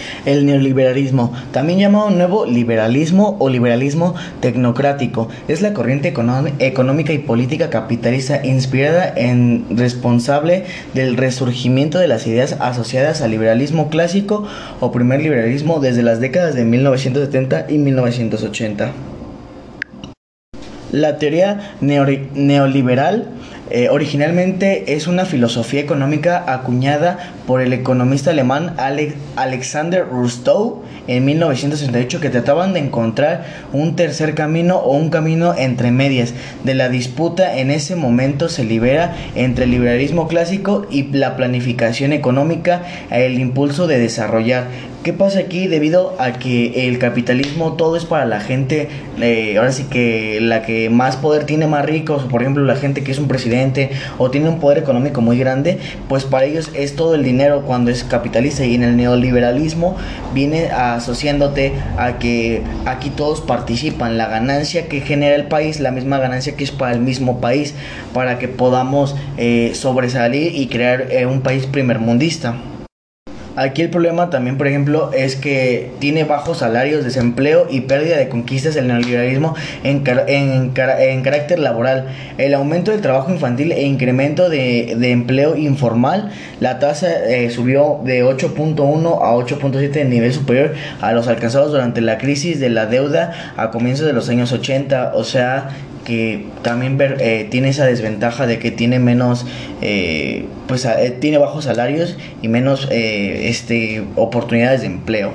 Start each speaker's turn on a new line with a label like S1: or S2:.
S1: El neoliberalismo, también llamado nuevo liberalismo o liberalismo tecnocrático, es la corriente económica y política capitalista inspirada en responsable del resurgimiento de las ideas asociadas al liberalismo clásico o primer liberalismo desde las décadas de 1970 y 1980. La teoría neoliberal originalmente es una filosofía económica acuñada por el economista alemán Alexander Rostow en 1968, que trataban de encontrar un tercer camino o un camino entre medias de la disputa. En ese momento se libera entre el liberalismo clásico y la planificación económica, el impulso de desarrollar. ¿Qué pasa aquí? Debido a que el capitalismo todo es para la gente, ahora sí que la que más poder tiene, más ricos, por ejemplo la gente que es un presidente o tiene un poder económico muy grande, pues para ellos es todo el dinero cuando es capitalista. Y en el neoliberalismo viene asociándote a que aquí todos participan, la ganancia que genera el país, la misma ganancia que es para el mismo país, para que podamos sobresalir y crear un país primermundista. Aquí el problema también, por ejemplo, es que tiene bajos salarios, desempleo y pérdida de conquistas el neoliberalismo en carácter laboral. El aumento del trabajo infantil e incremento de empleo informal. La tasa subió de 8.1 a 8.7 de nivel superior a los alcanzados durante la crisis de la deuda a comienzos de los años 80. O sea que también tiene esa desventaja de que tiene menos tiene bajos salarios y menos oportunidades de empleo.